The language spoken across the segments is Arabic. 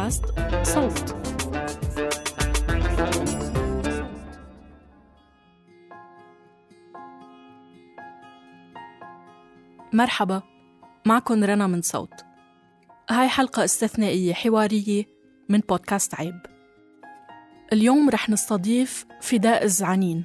بودكاست صوت. مرحبا، معكن رنا من صوت. هاي حلقة استثنائية حوارية من بودكاست عيب. اليوم رح نستضيف فداء الزعنين.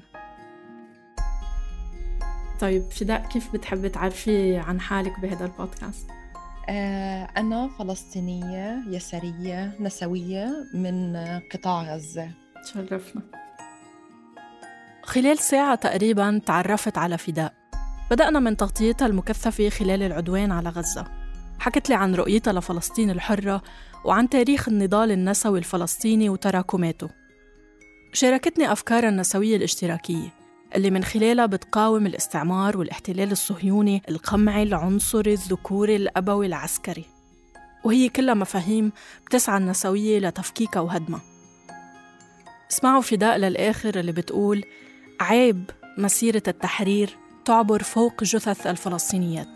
طيب فداء، كيف بتحبي تعرفي عن حالك بهذا البودكاست؟ أنا فلسطينية يسارية نسوية من قطاع غزة. تشرفنا. خلال ساعة تقريباً تعرفت على فداء. بدأنا من تغطيتها المكثفة خلال العدوان على غزة. حكت لي عن رؤيتها لفلسطين الحرة وعن تاريخ النضال النسوي الفلسطيني وتراكماته. شاركتني أفكارها النسوية الاشتراكية اللي من خلالها بتقاوم الاستعمار والاحتلال الصهيوني القمعي العنصري الذكوري الأبوي العسكري، وهي كلها مفاهيم بتسعى النسوية لتفكيكها وهدمها. اسمعوا فداء للآخر اللي بتقول: عيب مسيرة التحرير تعبر فوق جثث الفلسطينيات.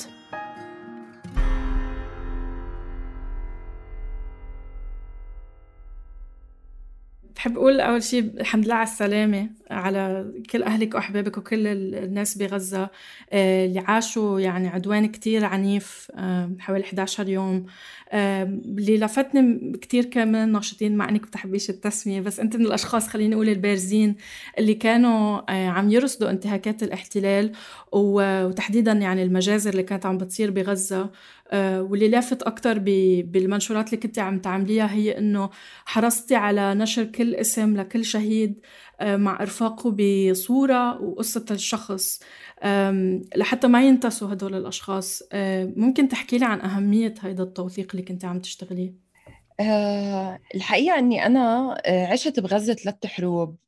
بحب أقول أول شيء الحمد لله على السلامة، على كل أهلك وأحبابك وكل الناس بغزة اللي عاشوا يعني عدوان كتير عنيف حوالي 11 يوم. اللي لفتني كتير كمان الناشطين، مع أنك بتحبيش التسمية، بس أنت من الأشخاص خليني أقول البارزين اللي كانوا عم يرصدوا انتهاكات الاحتلال وتحديدا يعني المجازر اللي كانت عم بتصير بغزة. واللي لافت أكتر بالمنشورات اللي كنت عم تعمليها هي أنه حرصتي على نشر كل اسم لكل شهيد مع إرفاقه بصورة وقصة الشخص لحتى ما ينتسوا هدول الأشخاص. ممكن تحكي لي عن أهمية هيدا التوثيق اللي كنت عم تشتغليه؟ الحقيقة أني أنا عشت بغزة 3 حروب،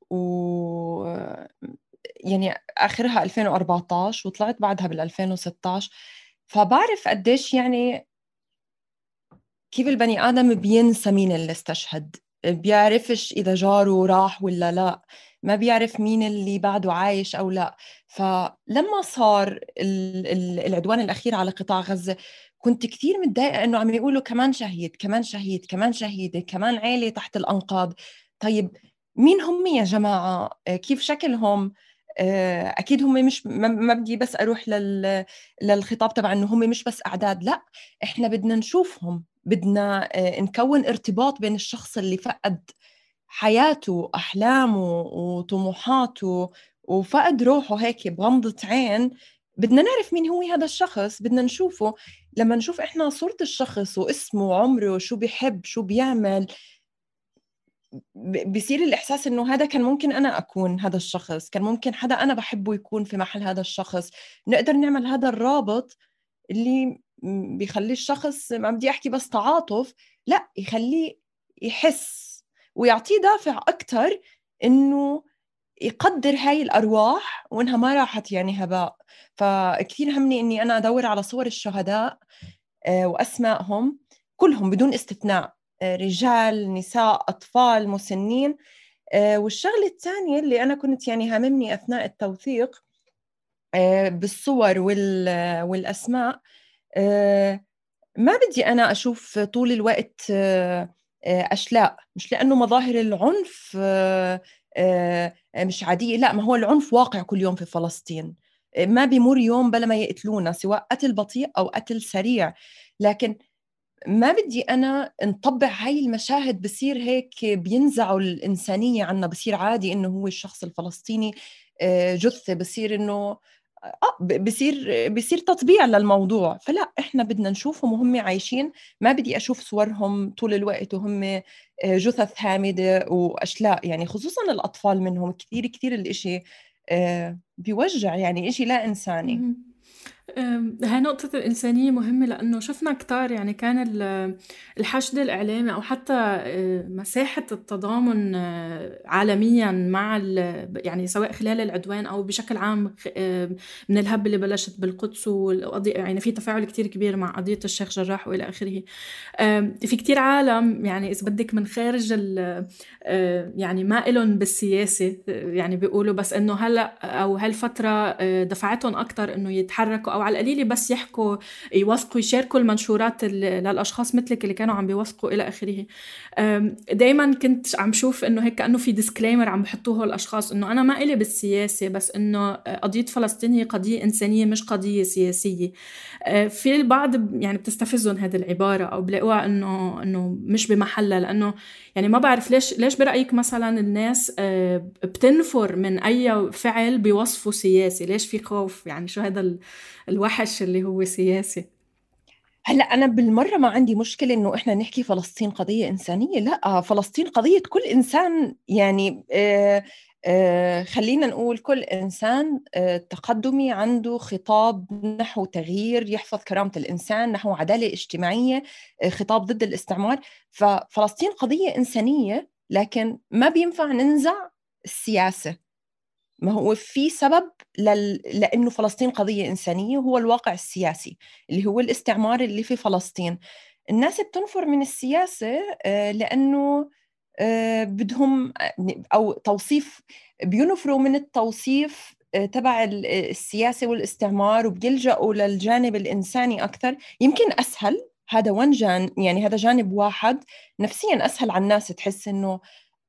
يعني آخرها 2014 وطلعت بعدها بال2016، فبعرف قديش يعني كيف البني آدم بينسى مين اللي استشهد، بيعرفش إذا جاره راح ولا لا، ما بيعرف مين اللي بعده عايش أو لا. فلما صار العدوان الأخير على قطاع غزة كنت كثير متضايقة إنه عم يقولوا كمان شهيد كمان شهيد كمان شهيدة كمان عيلة تحت الأنقاض. طيب مين هم يا جماعة؟ كيف شكلهم؟ أكيد هم مش، ما بدي بس أروح للخطاب تبع إنه هم مش بس أعداد، لا، إحنا بدنا نشوفهم، بدنا نكون ارتباط بين الشخص اللي فقد حياته أحلامه وطموحاته وفقد روحه هيك بغمضة عين. بدنا نعرف مين هو هذا الشخص، بدنا نشوفه. لما نشوف إحنا صورة الشخص واسمه وعمره شو بيحب شو بيعمل، بيصير الإحساس إنه هذا كان ممكن أنا أكون هذا الشخص، كان ممكن حدا أنا بحبه يكون في محل هذا الشخص. نقدر نعمل هذا الرابط اللي بيخلي الشخص، ما بدي أحكي بس تعاطف، لا، يخليه يحس ويعطيه دافع أكتر إنه يقدر هاي الأرواح وإنها ما راحت يعني هباء. فكثير همني إني أنا أدور على صور الشهداء وأسمائهم كلهم بدون استثناء، رجال نساء أطفال مسنين. والشغلة الثانية اللي أنا كنت يعني هاممني أثناء التوثيق بالصور والأسماء، ما بدي أنا أشوف طول الوقت أشلاء، مش لأنه مظاهر العنف مش عادية، لا، ما هو العنف واقع كل يوم في فلسطين، ما بيمر يوم بلا ما يقتلونا، سواء قتل بطيء أو قتل سريع. لكن ما بدي أنا نطبع هاي المشاهد، بصير هيك بينزعوا الإنسانية عنا، بصير عادي إنه هو الشخص الفلسطيني جثة، بصير إنه بصير تطبيع للموضوع. فلا، إحنا بدنا نشوفهم وهم عايشين، ما بدي أشوف صورهم طول الوقت وهم جثث هامدة وأشلاء، يعني خصوصا الأطفال منهم كثير كثير الإشي بيوجع، يعني إشي لا إنساني. هاي نقطة الإنسانية مهمة، لأنه شفنا كتار يعني كان الحشد الإعلامي أو حتى مساحة التضامن عالميا مع يعني سواء خلال العدوان أو بشكل عام من الهب اللي بلشت بالقدس والقضية، يعني في تفاعل كتير كبير مع قضية الشيخ جراح وإلى آخره. في كتير عالم يعني إذا بدك من خارج يعني ما إلهم بالسياسة، يعني بيقولوا بس إنه هلأ أو هالفترة دفعتهم أكتر إنه يتحركوا أو على القليلة بس يحكوا يوثقوا يشاركوا المنشورات للأشخاص مثلك اللي كانوا عم بيوثقوا إلى آخره. دايما كنت عم شوف إنه هيك كأنه في ديسكليمر عم بحطوه الأشخاص إنه أنا ما إلي بالسياسة، بس إنه قضية فلسطين هي قضية إنسانية مش قضية سياسية. في البعض يعني بتستفزهم هذه العبارة أو بلاقوها إنه مش بمحلها، لأنه يعني ما بعرف ليش برأيك مثلا الناس بتنفر من أي فعل بيوصفه سياسي؟ ليش في خوف؟ يعني شو هذا الوحش اللي هو سياسي؟ هلا انا بالمره ما عندي مشكله انه احنا نحكي فلسطين قضيه انسانيه، لا فلسطين قضيه كل انسان، يعني خلينا نقول كل انسان تقدمي عنده خطاب نحو تغيير يحفظ كرامه الانسان، نحو عداله اجتماعيه، خطاب ضد الاستعمار. ففلسطين قضيه انسانيه، لكن ما بينفع ننزع السياسه. ما هو في سبب لأنه فلسطين قضية إنسانية، هو الواقع السياسي اللي هو الاستعمار اللي في فلسطين. الناس بتنفر من السياسة لأنه بدهم أو توصيف، بينفروا من التوصيف تبع السياسة والاستعمار، وبيلجأوا للجانب الإنساني أكثر. يمكن أسهل، هذا يعني هذا جانب واحد نفسيا أسهل على الناس، تحس إنه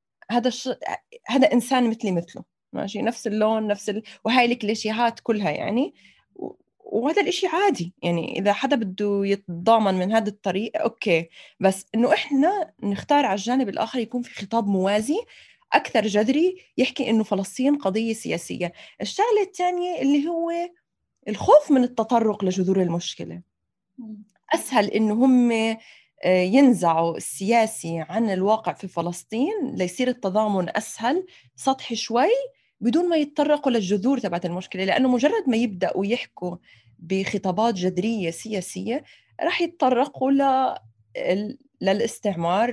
هذا إنسان مثله ماشي، نفس اللون وهاي الكليشيهات كلها يعني. وهذا الإشي عادي، يعني إذا حدا بده يتضامن من هذا الطريق أوكي، بس إنه إحنا نختار على الجانب الآخر يكون في خطاب موازي أكثر جذري يحكي إنه فلسطين قضية سياسية. الشغلة الثانية اللي هو الخوف من التطرق لجذور المشكلة. أسهل إنه هم ينزعوا السياسي عن الواقع في فلسطين ليصير التضامن أسهل، سطحي شوي، بدون ما يتطرقوا للجذور تبعت المشكلة. لأنه مجرد ما يبدأوا يحكوا بخطابات جذرية سياسية راح يتطرقوا للاستعمار،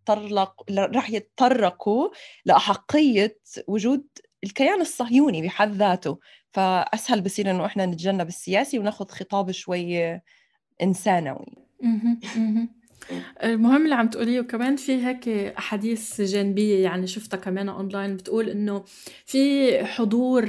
راح يتطرقوا لأحقية وجود الكيان الصهيوني بحد ذاته. فأسهل بصير إنه إحنا نتجنب السياسي وناخذ خطاب شوي إنسانوي. المهم اللي عم تقوليه، وكمان في هيك أحاديث جانبية يعني شفتها كمان أونلاين بتقول إنه في حضور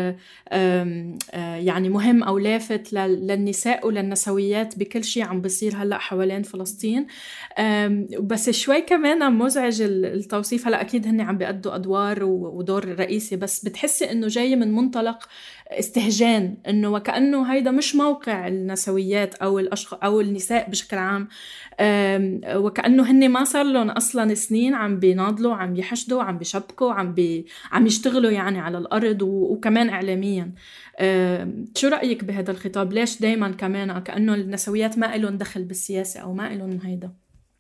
يعني مهم أو لافت للنساء وللنسويات بكل شيء عم بيصير هلأ حوالين فلسطين. بس شوي كمان مزعج التوصيف. هلأ أكيد هن عم بيأدوا أدوار ودور رئيسي، بس بتحسي إنه جاي من منطلق استهجان، إنه وكأنه هيدا مش موقع النسويات أو النساء بشكل عام. وكأنه هن ما صار لهم أصلا سنين عم بيناضلوا، عم يحشدوا، عم بيشبكوا، عم يشتغلوا يعني على الأرض وكمان إعلاميا. شو رأيك بهذا الخطاب؟ ليش دايما كمان كأنه النسويات ما إلهم دخل بالسياسة أو ما إلهم هيدا؟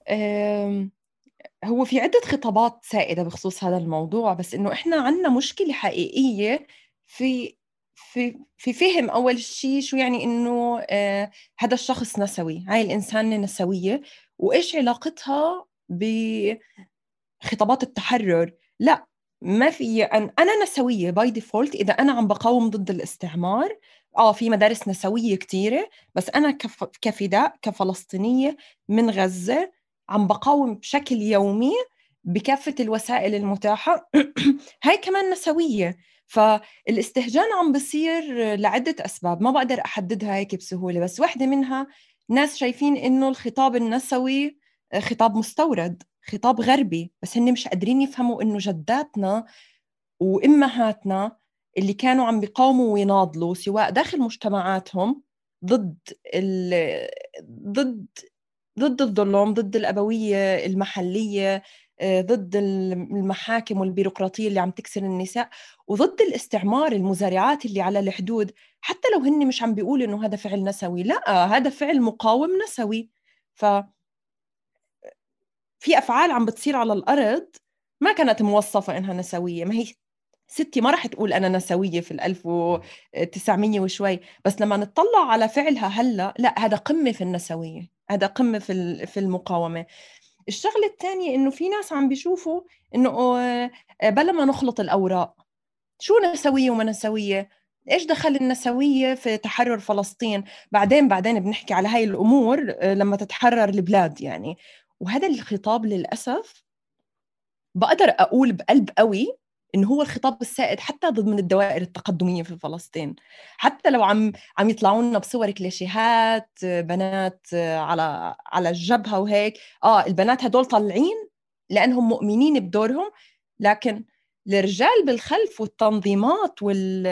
هو في عدة خطابات سائدة بخصوص هذا الموضوع، بس إنه إحنا عنا مشكلة حقيقية في فهم أول شيء شو يعني إنه هذا الشخص نسوي، هاي الإنسانة نسوية، وإيش علاقتها بخطابات التحرر. لا، ما في أنا نسوية باي ديفولت إذا أنا عم بقاوم ضد الاستعمار. في مدارس نسوية كتيرة، بس أنا كفداء كفلسطينية من غزة عم بقاوم بشكل يومي بكافة الوسائل المتاحة. هاي كمان نسوية. فالاستهجان عم بصير لعدة أسباب ما بقدر أحددها هيك بسهولة، بس واحدة منها ناس شايفين إنه الخطاب النسوي خطاب مستورد، خطاب غربي، بس هن مش قادرين يفهموا إنه جداتنا وإمهاتنا اللي كانوا عم بيقاوموا ويناضلوا سواء داخل مجتمعاتهم ضد ضد الظلم، ضد الأبوية المحلية، ضد المحاكم والبيروقراطية اللي عم تكسر النساء، وضد الاستعمار، المزارعات اللي على الحدود. حتى لو هن مش عم بيقولوا إنه هذا فعل نسوي، لا، هذا فعل مقاوم نسوي. ففي أفعال عم بتصير على الأرض ما كانت موصفة إنها نسوية. ما هي ستي ما رح تقول أنا نسوية في 1900 وشوي، بس لما نطلع على فعلها هلأ، لا، هذا قمة في النسوية، هذا قمة في المقاومة. الشغلة الثانية إنه في ناس عم بيشوفوا إنه بلا ما نخلط الأوراق، شو نسوية وما نسوية، إيش دخل النسوية في تحرر فلسطين؟ بعدين بنحكي على هاي الأمور لما تتحرر البلاد يعني. وهذا الخطاب للأسف بقدر أقول بقلب قوي إنه هو الخطاب السائد حتى ضمن الدوائر التقدمية في فلسطين. حتى لو عم يطلعوا لنا بصور كليشيهات بنات على الجبهة وهيك، البنات هدول طالعين لأنهم مؤمنين بدورهم، لكن الرجال بالخلف والتنظيمات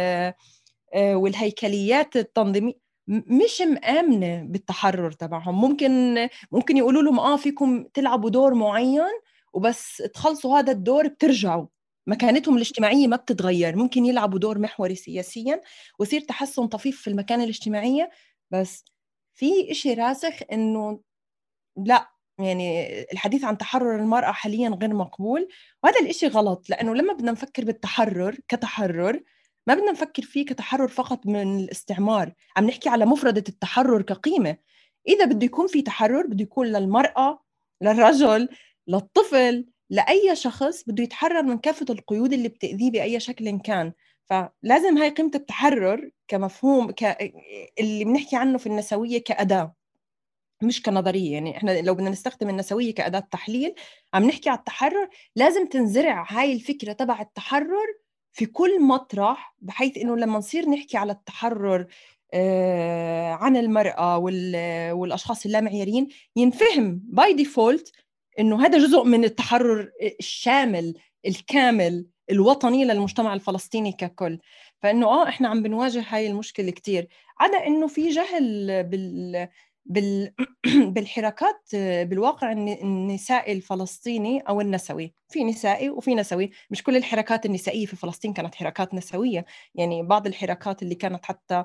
والهيكليات التنظيمية مش مآمنة بالتحرر تبعهم. ممكن يقولوا لهم فيكم تلعبوا دور معين، وبس تخلصوا هذا الدور بترجعوا، مكانتهم الاجتماعية ما بتتغير. ممكن يلعبوا دور محوري سياسيا ويصير تحسن طفيف في المكانة الاجتماعية، بس في إشي راسخ إنه لا، يعني الحديث عن تحرر المرأة حاليا غير مقبول. وهذا الإشي غلط، لأنه لما بدنا نفكر بالتحرر كتحرر، ما بدنا نفكر فيه كتحرر فقط من الاستعمار، عم نحكي على مفردة التحرر كقيمة. إذا بده يكون في تحرر، بده يكون للمرأة، للرجل، للطفل، لأي شخص بده يتحرر من كافة القيود اللي بتأذيه بأي شكل كان. فلازم هاي قيمة التحرر كمفهوم اللي بنحكي عنه في النسوية كأداة، مش كنظرية. يعني إحنا لو بدنا نستخدم النسوية كأداة تحليل، عم نحكي على التحرر، لازم تنزرع هاي الفكرة تبع التحرر في كل مطرح، بحيث إنه لما نصير نحكي على التحرر عن المرأة والأشخاص اللامعيارين، ينفهم باي ديفولت إنه هذا جزء من التحرر الشامل الكامل الوطني للمجتمع الفلسطيني ككل. فإنه إحنا عم بنواجه هاي المشكلة كتير، عدا إنه في جهل بال... بالحركات بالواقع النسائي الفلسطيني أو النسوي. في نسائي وفي نسوي، مش كل الحركات النسائية في فلسطين كانت حركات نسوية. يعني بعض الحركات اللي كانت حتى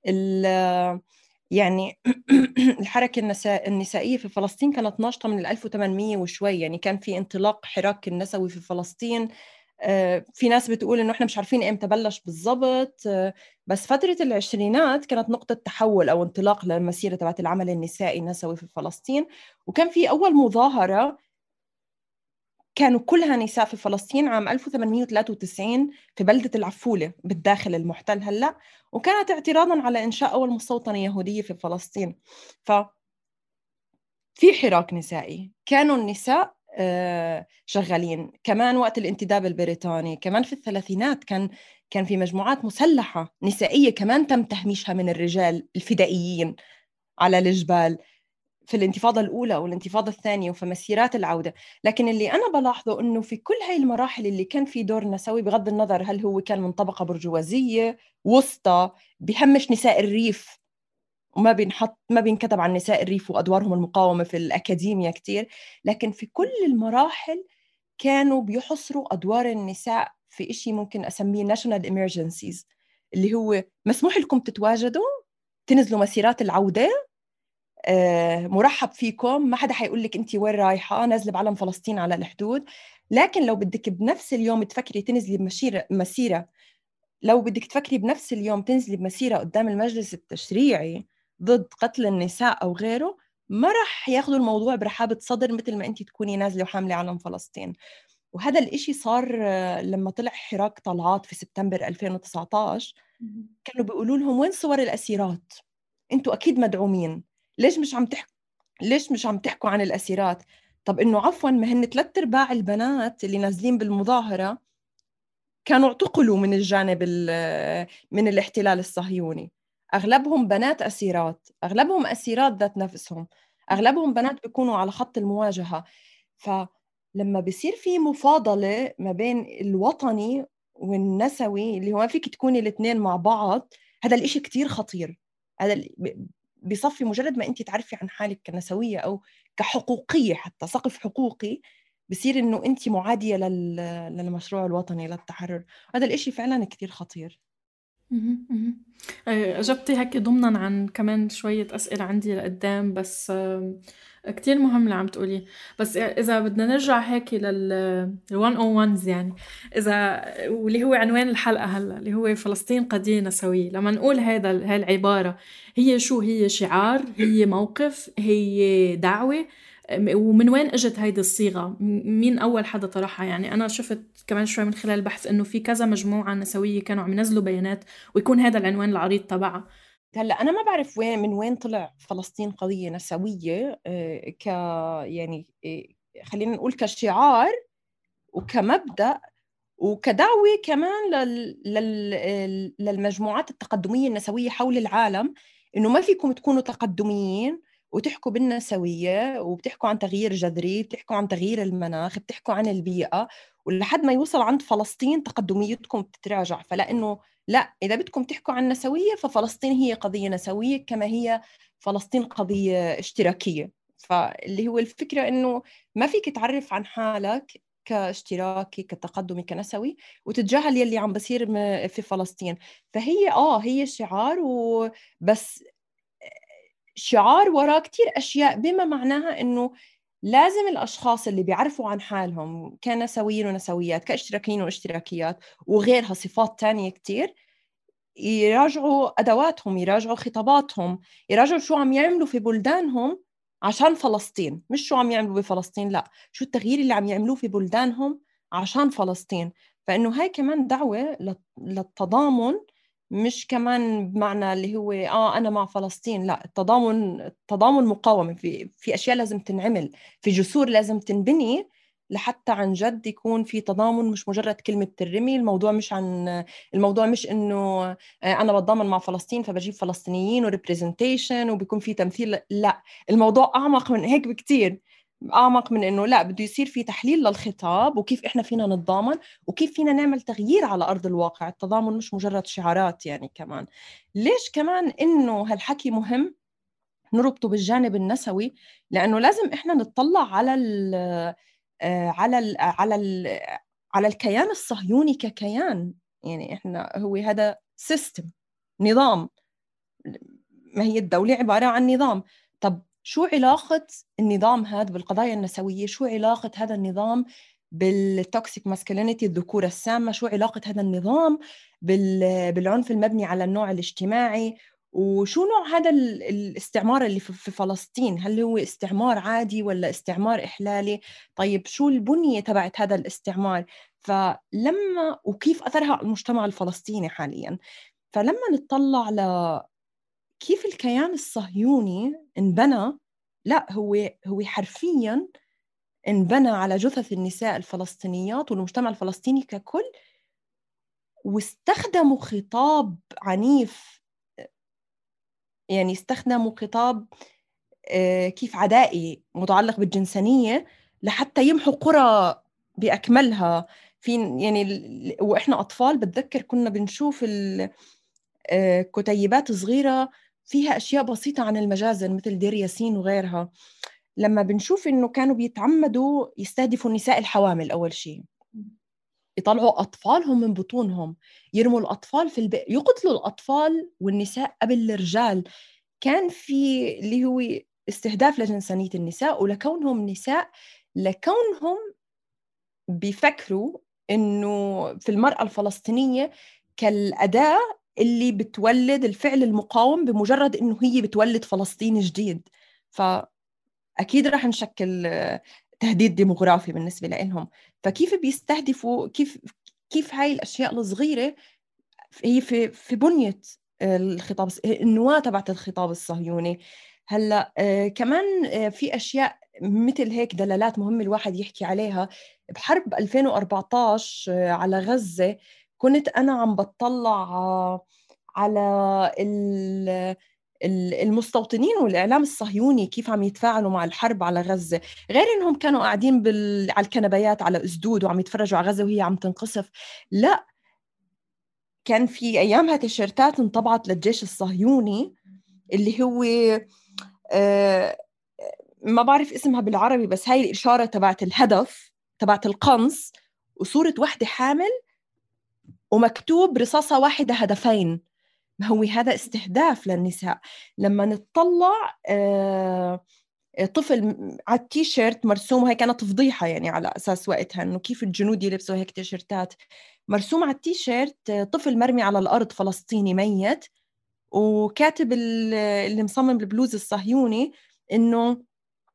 يعني الحركة النسائية في فلسطين كانت ناشطة من 1800 وشوي. يعني كان في انطلاق حراك النسوي في فلسطين. في ناس بتقول إنه إحنا مش عارفين إمتى بلش بالضبط، بس فترة العشرينات كانت نقطة تحول أو انطلاق للمسيرة تبعت العمل النسائي النسوي في فلسطين. وكان في أول مظاهرة كانوا كلها نساء في فلسطين عام 1893 في بلدة العفولة بالداخل المحتل هلأ، وكانت اعتراضاً على إنشاء أول مستوطنة يهودية في فلسطين. في حراك نسائي، كانوا النساء شغالين كمان وقت الانتداب البريطاني. كمان في الثلاثينات كان في مجموعات مسلحة نسائية كمان تم تهميشها من الرجال الفدائيين على الجبال في الانتفاضة الأولى والانتفاضة الثانية وفي مسيرات العودة. لكن اللي أنا بلاحظه أنه في كل هاي المراحل اللي كان في دور نسوي، بغض النظر هل هو كان من طبقة برجوازية وسطى بيهمش نساء الريف، ما بينكتب عن نساء الريف وأدوارهم المقاومة في الأكاديمية كتير، لكن في كل المراحل كانوا بيحصروا أدوار النساء في إشي ممكن أسميه national emergencies، اللي هو مسموح لكم تتواجدوا، تنزلوا مسيرات العودة، مرحب فيكم، ما حدا حيقول لك أنت وين رايحة، نازلة بعلم فلسطين على الحدود. لكن لو بدك بنفس اليوم تفكري تنزلي مسيرة، لو بدك تفكري بنفس اليوم تنزلي بمسيرة قدام المجلس التشريعي ضد قتل النساء أو غيره، ما رح ياخذوا الموضوع برحابة صدر مثل ما أنت تكوني نازلة وحاملة علم فلسطين. وهذا الإشي صار لما طلع حراك طلعات في سبتمبر 2019. كانوا بيقولوا لهم وين صور الأسيرات؟ أنتوا أكيد مدعومين، ليش مش عم تحكوا عن الأسيرات؟ طب إنه عفوا، ما هن 3/4 البنات اللي نازلين بالمظاهرة كانوا اعتقلوا من الجانب من الاحتلال الصهيوني. أغلبهم بنات أسيرات، أغلبهم أسيرات ذات نفسهم، أغلبهم بنات بيكونوا على خط المواجهة. فلما بيصير في مفاضلة ما بين الوطني والنسوي، اللي هو ما فيك تكوني الاثنين مع بعض، هذا الإشي كتير خطير. هذا بيصفي مجرد ما أنت تعرفي عن حالك كنسوية أو كحقوقية، حتى سقف حقوقي، بصير إنه أنت معادية للمشروع الوطني للتحرر. هذا الإشي فعلا كتير خطير. أجبتي هيك ضمنا عن كمان شوية أسئلة عندي لقدام، بس كتير مهم اللي عم تقولي. بس إذا بدنا نرجع هيك لل 101 يعني، إذا واللي هو عنوان الحلقة هلا اللي هو فلسطين قضية نسوية، لما نقول هاي العبارة، هي شو؟ هي شعار؟ هي موقف؟ هي دعوة؟ ومن وين اجت هيدي الصيغة؟ مين أول حدا طرحها؟ يعني أنا شفت كمان شوي من خلال البحث إنه في كذا مجموعة نسوية كانوا عم ينزلوا بيانات ويكون هذا العنوان العريض تبعها. هلا انا ما بعرف من وين طلع فلسطين قضيه نسويه يعني خلينا نقول كشعار وكمبدا وكدعوة كمان للمجموعات التقدمية النسوية حول العالم، إنه ما فيكم تكونوا تقدميين وتحكوا بالنسوية وبتحكوا عن تغيير جذري، بتحكوا عن تغيير المناخ، بتحكوا عن البيئة، ولحد ما يوصل عند فلسطين تقدميتكم بتتراجع. فلأنه لا، إذا بدكم تحكوا عن نسوية ففلسطين هي قضية نسوية كما هي فلسطين قضية اشتراكية. فاللي هو الفكرة إنه ما فيك تعرف عن حالك كاشتراكي كتقدمي كنسوي وتتجاهل يلي عم بصير في فلسطين. فهي هي شعار وبس، شعار وراه كتير أشياء، بما معناها إنه لازم الأشخاص اللي بيعرفوا عن حالهم كنسويين ونسويات كاشتراكيين واشتراكيات وغيرها صفات تانية كتير يراجعوا أدواتهم، يراجعوا خطاباتهم، يراجعوا شو عم يعملوا في بلدانهم عشان فلسطين، مش شو عم يعملوا بفلسطين، لا شو التغيير اللي عم يعملوه في بلدانهم عشان فلسطين. فإنه هاي كمان دعوة للتضامن، مش كمان بمعنى اللي هو أنا مع فلسطين، لا، التضامن مقاومة، في أشياء لازم تنعمل، في جسور لازم تنبني لحتى عن جد يكون في تضامن، مش مجرد كلمة بترمي. الموضوع مش إنه انا بتضامن مع فلسطين فبجيب فلسطينيين وريبريزنتيشن وبيكون في تمثيل، لا، الموضوع اعمق من هيك بكتير، اعمق من انه لا، بده يصير في تحليل للخطاب وكيف احنا فينا نتضامن وكيف فينا نعمل تغيير على ارض الواقع. التضامن مش مجرد شعارات يعني. كمان ليش كمان انه هالحكي مهم نربطه بالجانب النسوي؟ لانه لازم احنا نتطلع على ال على ال على ال على الكيان الصهيوني ككيان. يعني احنا هو هذا سيستم، نظام، ما هي الدولة عبارة عن نظام. طب شو علاقة النظام هذا بالقضايا النسوية؟ شو علاقة هذا النظام بالتوكسيك ماسكلينيتي، الذكورة السامة؟ شو علاقة هذا النظام بالعنف المبني على النوع الاجتماعي؟ وشو نوع هذا الاستعمار اللي في فلسطين؟ هل هو استعمار عادي ولا استعمار إحلالي؟ طيب شو البنية تبعت هذا الاستعمار؟ وكيف أثرها على المجتمع الفلسطيني حاليا؟ فلما نتطلع كيف الكيان الصهيوني انبنى، لا، هو حرفيا انبنى على جثث النساء الفلسطينيات والمجتمع الفلسطيني ككل، واستخدموا خطاب عنيف. يعني استخدموا خطاب كيف عدائي متعلق بالجنسانية لحتى يمحوا قرى بأكملها. في يعني وإحنا أطفال بتذكر كنا بنشوف كتيبات صغيرة فيها أشياء بسيطة عن المجازر مثل دير ياسين وغيرها. لما بنشوف إنه كانوا بيتعمدوا يستهدفوا النساء الحوامل، أول شيء يطلعوا أطفالهم من بطونهم، يرموا الأطفال في البئر، يقتلوا الأطفال والنساء قبل الرجال. كان في اللي هو استهداف لجنسانية النساء ولكونهم نساء، لكونهم بيفكروا إنه في المرأة الفلسطينية كالأداة اللي بتولد الفعل المقاوم بمجرد إنه هي بتولد فلسطين جديد. فأكيد رح نشكل تهديد ديموغرافي بالنسبة لهم. فكيف بيستهدفوا، كيف هاي الأشياء الصغيرة هي في بنية الخطاب، النواة تبعت الخطاب الصهيوني. هلا كمان في أشياء مثل هيك دلالات مهمة الواحد يحكي عليها. بحرب 2014 على غزة كنت أنا عم بتطلع على المستوطنين والإعلام الصهيوني كيف عم يتفاعلوا مع الحرب على غزة، غير إنهم كانوا قاعدين على الكنبيات على أسدود وعم يتفرجوا على غزة وهي عم تنقصف. لا، كان في أيامها تيشيرتات انطبعت للجيش الصهيوني اللي هو آه، ما بعرف اسمها بالعربي، بس هاي الإشارة تبعت الهدف تبعت القنص، وصورة واحدة حامل ومكتوب رصاصة واحدة هدفين. ما هو هذا استهداف للنساء. لما نتطلع طفل على التيشيرت مرسوم، هي كانت فضيحة يعني على أساس وقتها إنه كيف الجنود يلبسوا هيك تيشيرتات، مرسوم على التيشيرت طفل مرمي على الأرض فلسطيني ميت، وكاتب اللي مصمم البلوز الصهيوني إنه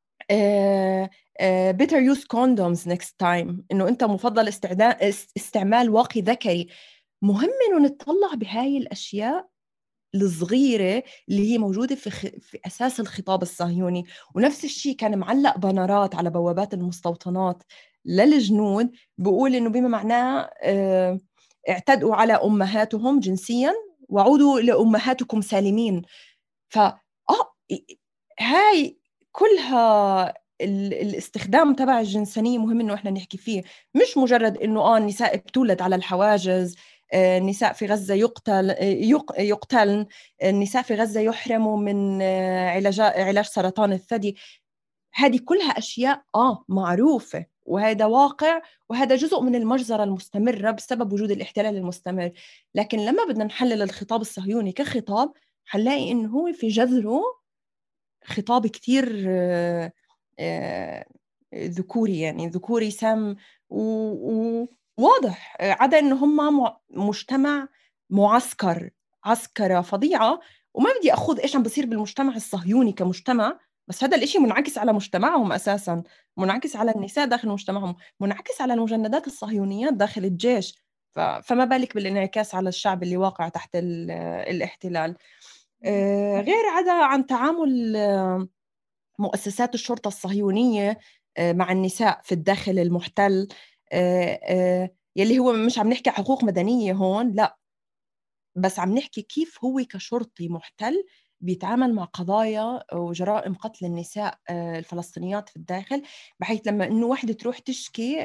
better use condoms next time، إنه أنت مفضل استعمال واقي ذكري. مهم إنه نتطلع بهاي الأشياء الصغيرة اللي هي موجودة في أساس الخطاب الصهيوني. ونفس الشيء كان معلق بانرات على بوابات المستوطنات للجنود بيقول إنه بما معناه اعتدوا على أمهاتهم جنسيا وعودوا لأمهاتكم سالمين. هاي كلها الاستخدام تبع الجنسانية مهم إنه إحنا نحكي فيه، مش مجرد إنه النساء بتولد على الحواجز، النساء في غزة يقتلن، النساء في غزة يحرموا من علاج سرطان الثدي. هذه كلها أشياء معروفة، وهذا واقع، وهذا جزء من المجزرة المستمرة بسبب وجود الاحتلال المستمر. لكن لما بدنا نحلل الخطاب الصهيوني كخطاب، حنلاقي إنه هو في جذره خطاب كتير ذكوري، يعني ذكوري سام وواضح، عدا إنه هم مجتمع معسكر، عسكرة فظيعة. وما بدي أخوض إيش عم بصير بالمجتمع الصهيوني كمجتمع، بس هذا الإشي منعكس على مجتمعهم أساساً، منعكس على النساء داخل مجتمعهم، منعكس على المجندات الصهيونيات داخل الجيش. فما بالك بالانعكاس على الشعب اللي واقع تحت الاحتلال. غير عدا عن تعامل مؤسسات الشرطة الصهيونية مع النساء في الداخل المحتل، يلي هو مش عم نحكي حقوق مدنية هون، لا، بس عم نحكي كيف هو كشرطي محتل بيتعامل مع قضايا وجرائم قتل النساء الفلسطينيات في الداخل، بحيث لما إنه واحدة تروح تشكي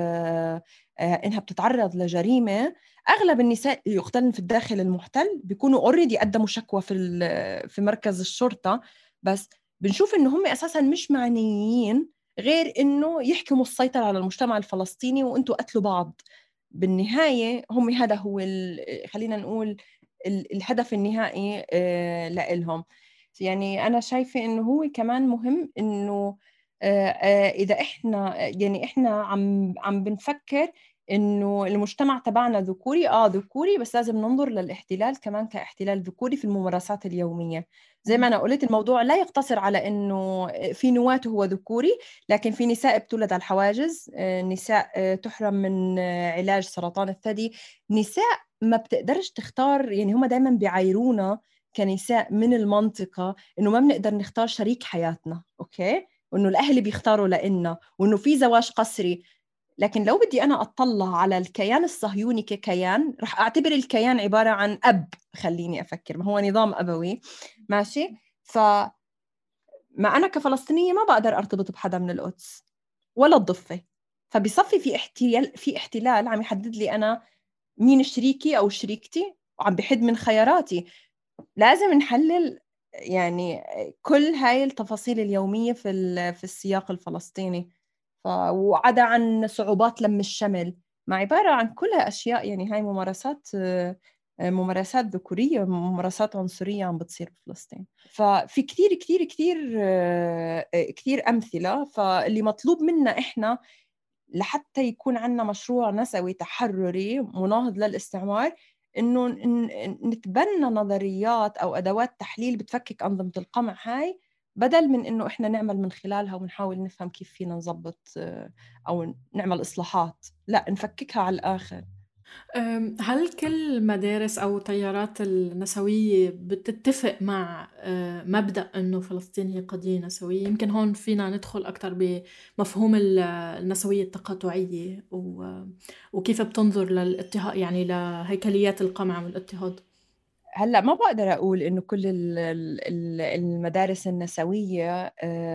إنها بتتعرض لجريمة، أغلب النساء اللي يقتلن في الداخل المحتل بيكونوا أوريدي قدموا شكوى في مركز الشرطة، بس بنشوف إنه هم أساساً مش معنيين غير إنه يحكموا السيطرة على المجتمع الفلسطيني وإنتوا قتلوا بعض. بالنهاية هم هذا هو خلينا نقول الهدف النهائي لإلهم. يعني أنا شايفة إنه هو كمان مهم إنه إذا إحنا يعني إحنا عم بنفكر إنه المجتمع تبعنا ذكوري، ذكوري، بس لازم ننظر للاحتلال كمان كاحتلال ذكوري في الممارسات اليومية. زي ما أنا قلت، الموضوع لا يقتصر على إنه في نواته هو ذكوري، لكن في نساء بتولد على الحواجز، نساء تحرم من علاج سرطان الثدي، نساء ما بتقدرش تختار. يعني هم دايما بيعايرونا كنساء من المنطقة إنه ما بنقدر نختار شريك حياتنا، أوكي، وإنه الأهل بيختاروا لإلنا، وإنه في زواج قسري. لكن لو بدي أنا أطلع على الكيان الصهيوني ككيان، رح أعتبر الكيان عبارة عن أب، خليني أفكر، ما هو نظام أبوي، ماشي. فما أنا كفلسطينية ما بقدر أرتبط بحدا من القدس ولا الضفة، فبصفي في احتلال عم يحدد لي أنا مين شريكي أو شريكتي، وعم بحد من خياراتي. لازم نحلل يعني كل هاي التفاصيل اليومية في السياق الفلسطيني. وعدا عن صعوبات لم الشمل، مع عبارة عن كلها أشياء، يعني هاي ممارسات ذكورية، ممارسات عنصرية عم بتصير بفلسطين. ففي كتير كتير كتير كتير أمثلة. فاللي مطلوب منا إحنا لحتى يكون عندنا مشروع نسوي تحرري مناهض للاستعمار، إنه نتبنى نظريات أو أدوات تحليل بتفكك أنظمة القمع هاي، بدل من إنه إحنا نعمل من خلالها ونحاول نفهم كيف فينا نظبط أو نعمل إصلاحات، لا، نفككها على الآخر. هل كل مدارس أو تيارات النسوية بتتفق مع مبدأ إنه فلسطين هي قضية نسوية؟ يمكن هون فينا ندخل أكتر بمفهوم النسوية التقاطعية وكيف بتنظر للاضطهاد، يعني لهيكليات القمع والاضطهاد. هلا ما بقدر أقول إنه كل المدارس النسوية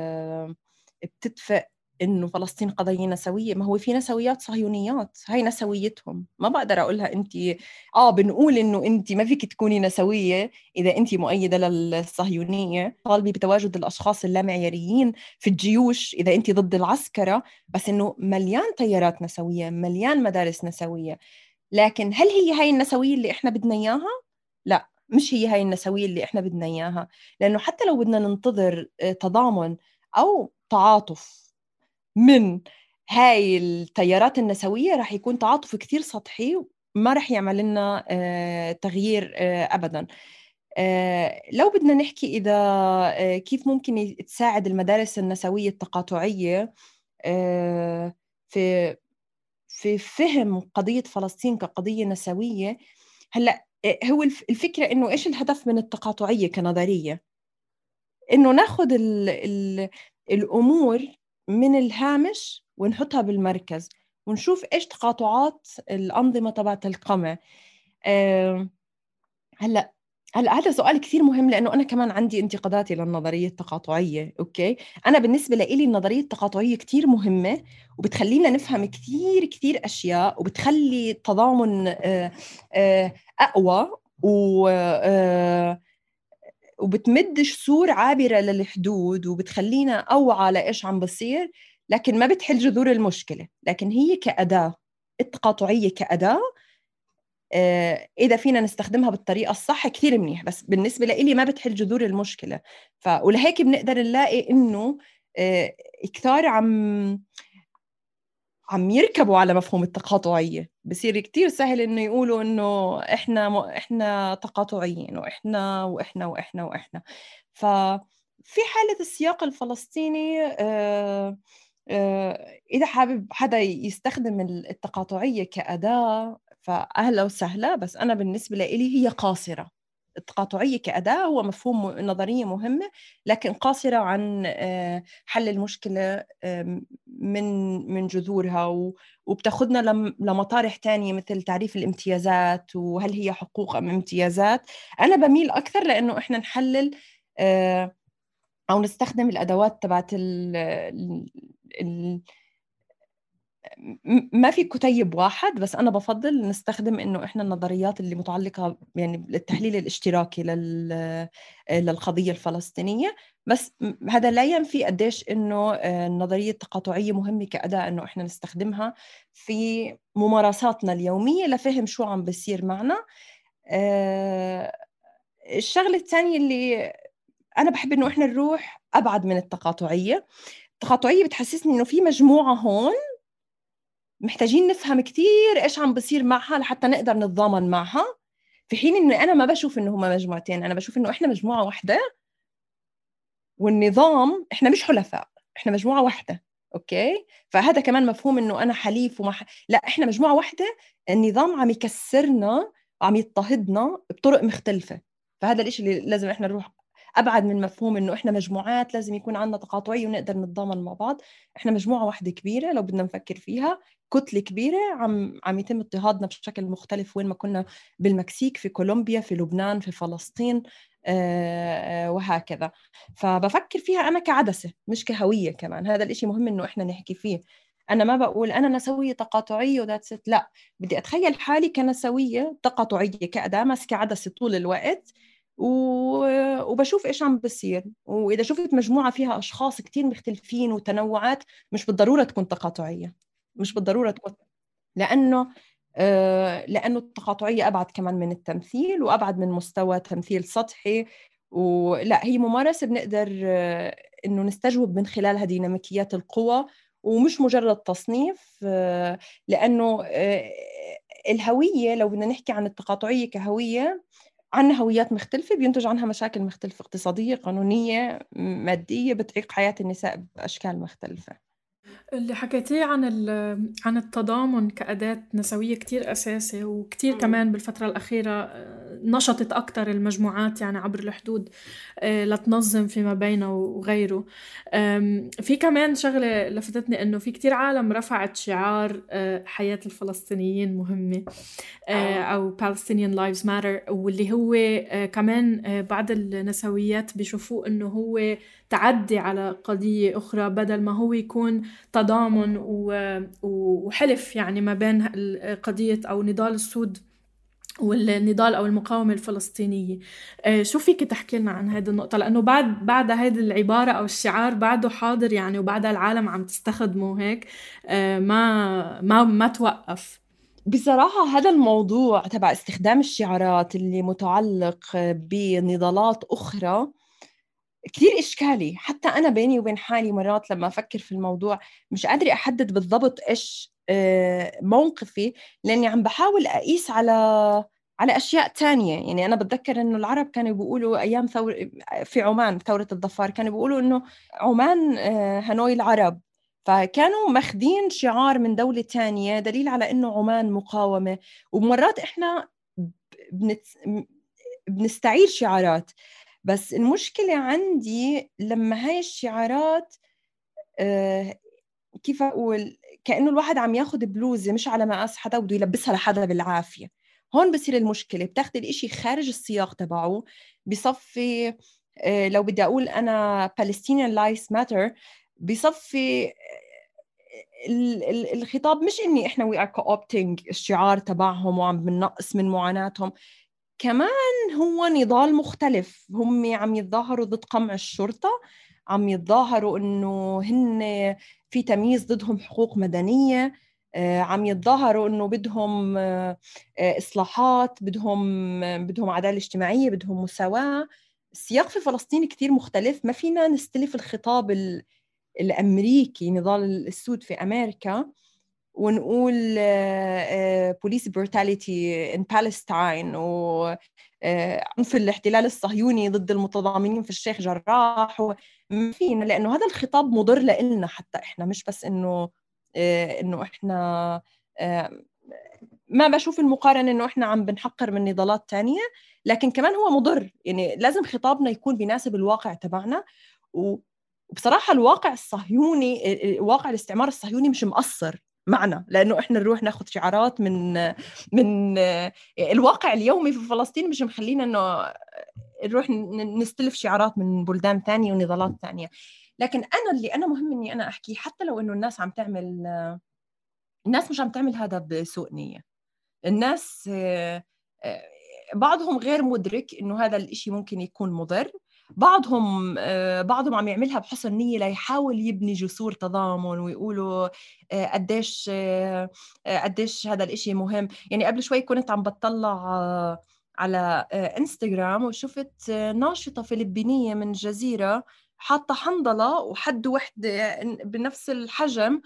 بتتفق إنه فلسطين قضية نسوية. ما هو في نسويات صهيونيات، هاي نسويتهم، ما بقدر أقولها أنت بنقول إنه أنت ما فيك تكوني نسوية إذا أنت مؤيدة للصهيونية، طالبي بتواجد الأشخاص اللامعياريين في الجيوش إذا أنت ضد العسكرة، بس إنه مليان تيارات نسوية، مليان مدارس نسوية. لكن هل هي هاي النسوية اللي إحنا بدنا إياها؟ لا، مش هي هاي النسوية اللي إحنا بدنا إياها. لأنه حتى لو بدنا ننتظر تضامن أو تعاطف من هاي التيارات النسوية، رح يكون تعاطف كثير سطحي، ما رح يعمل لنا تغيير أبدا. لو بدنا نحكي إذا كيف ممكن تساعد المدارس النسوية التقاطعية في فهم قضية فلسطين كقضية نسوية. هلأ هو الفكرة إنه إيش الهدف من التقاطعية كنظرية؟ إنه ناخد الأمور من الهامش ونحطها بالمركز، ونشوف إيش تقاطعات الأنظمة تبعت القمع. هلأ هذا سؤال كثير مهم، لأنه أنا كمان عندي انتقاداتي للنظرية التقاطعية. أوكي، أنا بالنسبة لي النظرية التقاطعية كثير مهمة، وبتخلينا نفهم كثير كثير أشياء، وبتخلي التضامن أقوى، وبتمد جسور عابرة للحدود، وبتخلينا أوعى لإيش عم بصير، لكن ما بتحل جذور المشكلة. لكن هي كأداة، التقاطعية كأداة، إذا فينا نستخدمها بالطريقة الصح كثير منيح، بس بالنسبة لي ما بتحل جذور المشكلة. ولهيك بنقدر نلاقي إنه كثار عم يركبوا على مفهوم التقاطعية. بصير كتير سهل إنه يقولوا إنه إحنا تقاطعيين، وإحنا. ففي حالة السياق الفلسطيني، إذا حابب حدا يستخدم التقاطعية كأداة فأهلا وسهلا، بس أنا بالنسبة لي هي قاصرة. التقاطعية كأداة هو مفهوم نظرية مهمة، لكن قاصرة عن حل المشكلة من جذورها، وبتاخدنا لمطارح تانية، مثل تعريف الامتيازات، وهل هي حقوق أم امتيازات. أنا بميل أكثر لأنه إحنا نحلل أو نستخدم الأدوات تبعت ما في كتيب واحد، بس أنا بفضل نستخدم إنه إحنا النظريات اللي متعلقة يعني التحليل الاشتراكي للقضية الفلسطينية. بس هذا لا ينفي قديش إنه النظرية التقاطعية مهمة كأداة إنه إحنا نستخدمها في ممارساتنا اليومية لفهم شو عم بيصير معنا. الشغلة الثانية اللي أنا بحب إنه إحنا نروح أبعد من التقاطعية. التقاطعية بتحسسني إنه في مجموعة هون محتاجين نفهم كتير إيش عم بصير معها لحتى نقدر نتضامن معها، في حين إنه أنا ما بشوف إنه هما مجموعتين، أنا بشوف إنه إحنا مجموعة واحدة، والنظام إحنا مش حلفاء، إحنا مجموعة واحدة. أوكي، فهذا كمان مفهوم إنه أنا حليف لا، إحنا مجموعة واحدة، النظام عم يكسرنا وعم يضطهدنا بطرق مختلفة. فهذا الإشي اللي لازم إحنا نروح أبعد من مفهوم إنه إحنا مجموعات لازم يكون عندنا تقاطعية ونقدر نتضامن مع بعض. إحنا مجموعة واحدة كبيرة، لو بدنا نفكر فيها كتلة كبيرة عم يتم اضطهادنا بشكل مختلف، وين ما كنا، بالمكسيك، في كولومبيا، في لبنان، في فلسطين، وهكذا. فبفكر فيها أنا كعدسة مش كهوية. كمان هذا الإشي مهم إنه إحنا نحكي فيه. أنا ما بقول أنا نسوية تقاطعية وذاتس إت، لا، بدي أتخيل حالي كنسوية تقاطعية كأداة ماسكة عدسة طول الوقت، وبشوف إيش عم بصير. وإذا شفت مجموعة فيها أشخاص كتير مختلفين وتنوعات، مش بالضرورة تكون تقاطعية، مش بالضرورة تكون، لأنه لأنه التقاطعية أبعد كمان من التمثيل، وأبعد من مستوى تمثيل سطحي. ولا هي ممارسة بنقدر إنه نستجوب من خلالها ديناميكيات القوى، ومش مجرد تصنيف. لأنه الهوية، لو بدنا نحكي عن التقاطعية كهوية، عنا هويات مختلفة بينتج عنها مشاكل مختلفة، اقتصادية، قانونية، مادية، بتعيق حياة النساء بأشكال مختلفة. اللي حكيتيه عن التضامن كأداة نسوية كتير أساسي، وكتير كمان بالفترة الأخيرة نشطت أكتر المجموعات يعني عبر الحدود لتنظم فيما بينه وغيره. في كمان شغلة لفتتني إنه في كتير عالم رفعت شعار حياة الفلسطينيين مهمة، أو Palestinian Lives Matter، واللي هو كمان بعض النسويات بيشوفوه إنه هو تعدي على قضية أخرى، بدل ما هو يكون تضامن وحلف يعني ما بين قضية أو نضال السود والنضال أو المقاومة الفلسطينية. شو فيك تحكي لنا عن هذه النقطة؟ لأنه بعد هذه العبارة أو الشعار بعده حاضر يعني، وبعدها العالم عم تستخدمه هيك، ما توقف. بصراحة هذا الموضوع تبع استخدام الشعارات اللي متعلق بنضالات أخرى كثير إشكالي. حتى أنا بيني وبين حالي مرات لما أفكر في الموضوع مش قادرة أحدد بالضبط إيش موقفي، لأني عم بحاول أقيس على أشياء تانية. يعني أنا بتذكر إنه العرب كانوا بيقولوا أيام في عمان ثورة الظفار، كانوا بيقولوا إنه عمان هنوي العرب، فكانوا ماخذين شعار من دولة تانية دليل على إنه عمان مقاومة. ومرات إحنا بنستعير شعارات، بس المشكلة عندي لما هاي الشعارات كيف أقول، كأنه الواحد عم ياخد بلوزة مش على مقاس حدا وبده يلبسها لحدا بالعافية. هون بصير المشكلة، بتاخد الإشي خارج السياق تبعه، بصفي لو بدي أقول أنا Palestinian Lives Matter، بصفي الخطاب مش إني إحنا we are co-opting الشعار تبعهم وعم بنقص من معاناتهم، كمان هو نضال مختلف. هم عم يتظاهروا ضد قمع الشرطة، عم يتظاهروا إنه هن في تمييز ضدهم حقوق مدنية، عم يتظاهروا إنه بدهم إصلاحات، بدهم عدالة اجتماعية، بدهم مساواة. السياق في فلسطين كتير مختلف، ما فينا نستلف الخطاب الأمريكي، نضال السود في أمريكا، ونقول police brutality in Palestine وعنف الاحتلال الصهيوني ضد المتضامنين في الشيخ جراح. ما فينا، لأنه هذا الخطاب مضر لنا حتى إحنا، مش بس إنه إحنا ما بشوف المقارنة إنه إحنا عم بنحقر من نضالات تانية، لكن كمان هو مضر. يعني لازم خطابنا يكون بيناسب الواقع تبعنا. وبصراحة الواقع الصهيوني، واقع الاستعمار الصهيوني مش مقصر معنا، لأنه إحنا نروح ناخد شعارات من الواقع اليومي في فلسطين، مش مخلينا إنه نروح نستلف شعارات من بلدان ثانية ونضالات ثانية. لكن أنا مهم إني أنا أحكي، حتى لو إنه الناس مش عم تعمل هذا بسوء نية. الناس بعضهم غير مدرك إنه هذا الإشي ممكن يكون مضر، بعضهم عم يعملها بحسن نية ليحاول يبني جسور تضامن ويقولوا قديش هذا الإشي مهم. يعني قبل شوي كنت عم بتطلع على انستغرام وشفت ناشطة فلبينية من الجزيرة حاطة حنظلة وحد وحدة بنفس الحجم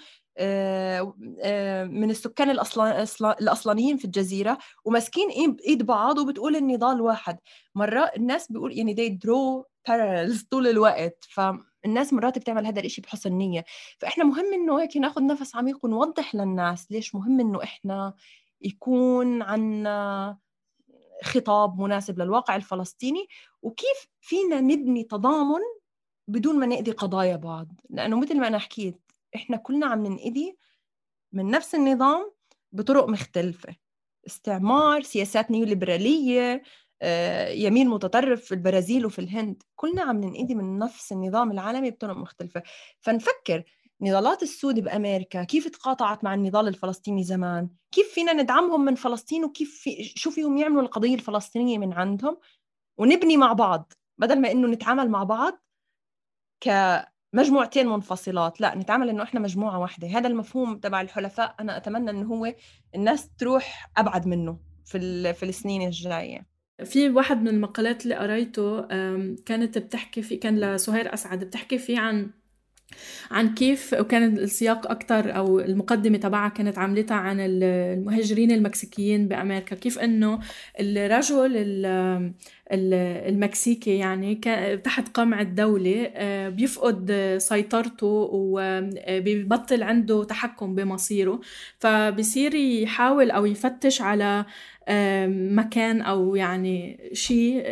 من السكان الأصلانيين في الجزيرة، وماسكين إيد بعض وبتقول النضال واحد. مرة الناس بيقول يعني they draw parallels طول الوقت، فالناس مرات بتعمل هذا الإشي بحسن نية. فإحنا مهم إنه هيك ناخد نفس عميق ونوضح للناس ليش مهم إنه إحنا يكون عنا خطاب مناسب للواقع الفلسطيني، وكيف فينا نبني تضامن بدون ما نأذي قضايا بعض. لأنه مثل ما أنا حكيت، إحنا كلنا عم ننأذي من نفس النظام بطرق مختلفة. استعمار، سياسات نيوليبرالية، يمين متطرف في البرازيل وفي الهند، كلنا عم ننأذي من نفس النظام العالمي بطرق مختلفة. فنفكر نضالات السود بأمريكا كيف تقاطعت مع النضال الفلسطيني زمان، كيف فينا ندعمهم من فلسطين، وكيف شو فيهم يعملوا القضية الفلسطينية من عندهم، ونبني مع بعض بدل ما إنه نتعامل مع بعض كمجموعتين منفصلات. لا، نتعامل إنه إحنا مجموعة واحدة. هذا المفهوم تبع الحلفاء أنا أتمنى إنه هو الناس تروح أبعد منه في السنين الجاية. في واحد من المقالات اللي قريته كانت بتحكي فيه، كان لسهير أسعد، بتحكي فيه عن كيف، وكان السياق أكتر أو المقدمة تبعها كانت عاملتها عن المهاجرين المكسيكيين بأمريكا، كيف أنه الرجل المكسيكي يعني تحت قمع الدولة بيفقد سيطرته وبيبطل عنده تحكم بمصيره، فبصير يحاول أو يفتش على مكان أو يعني شيء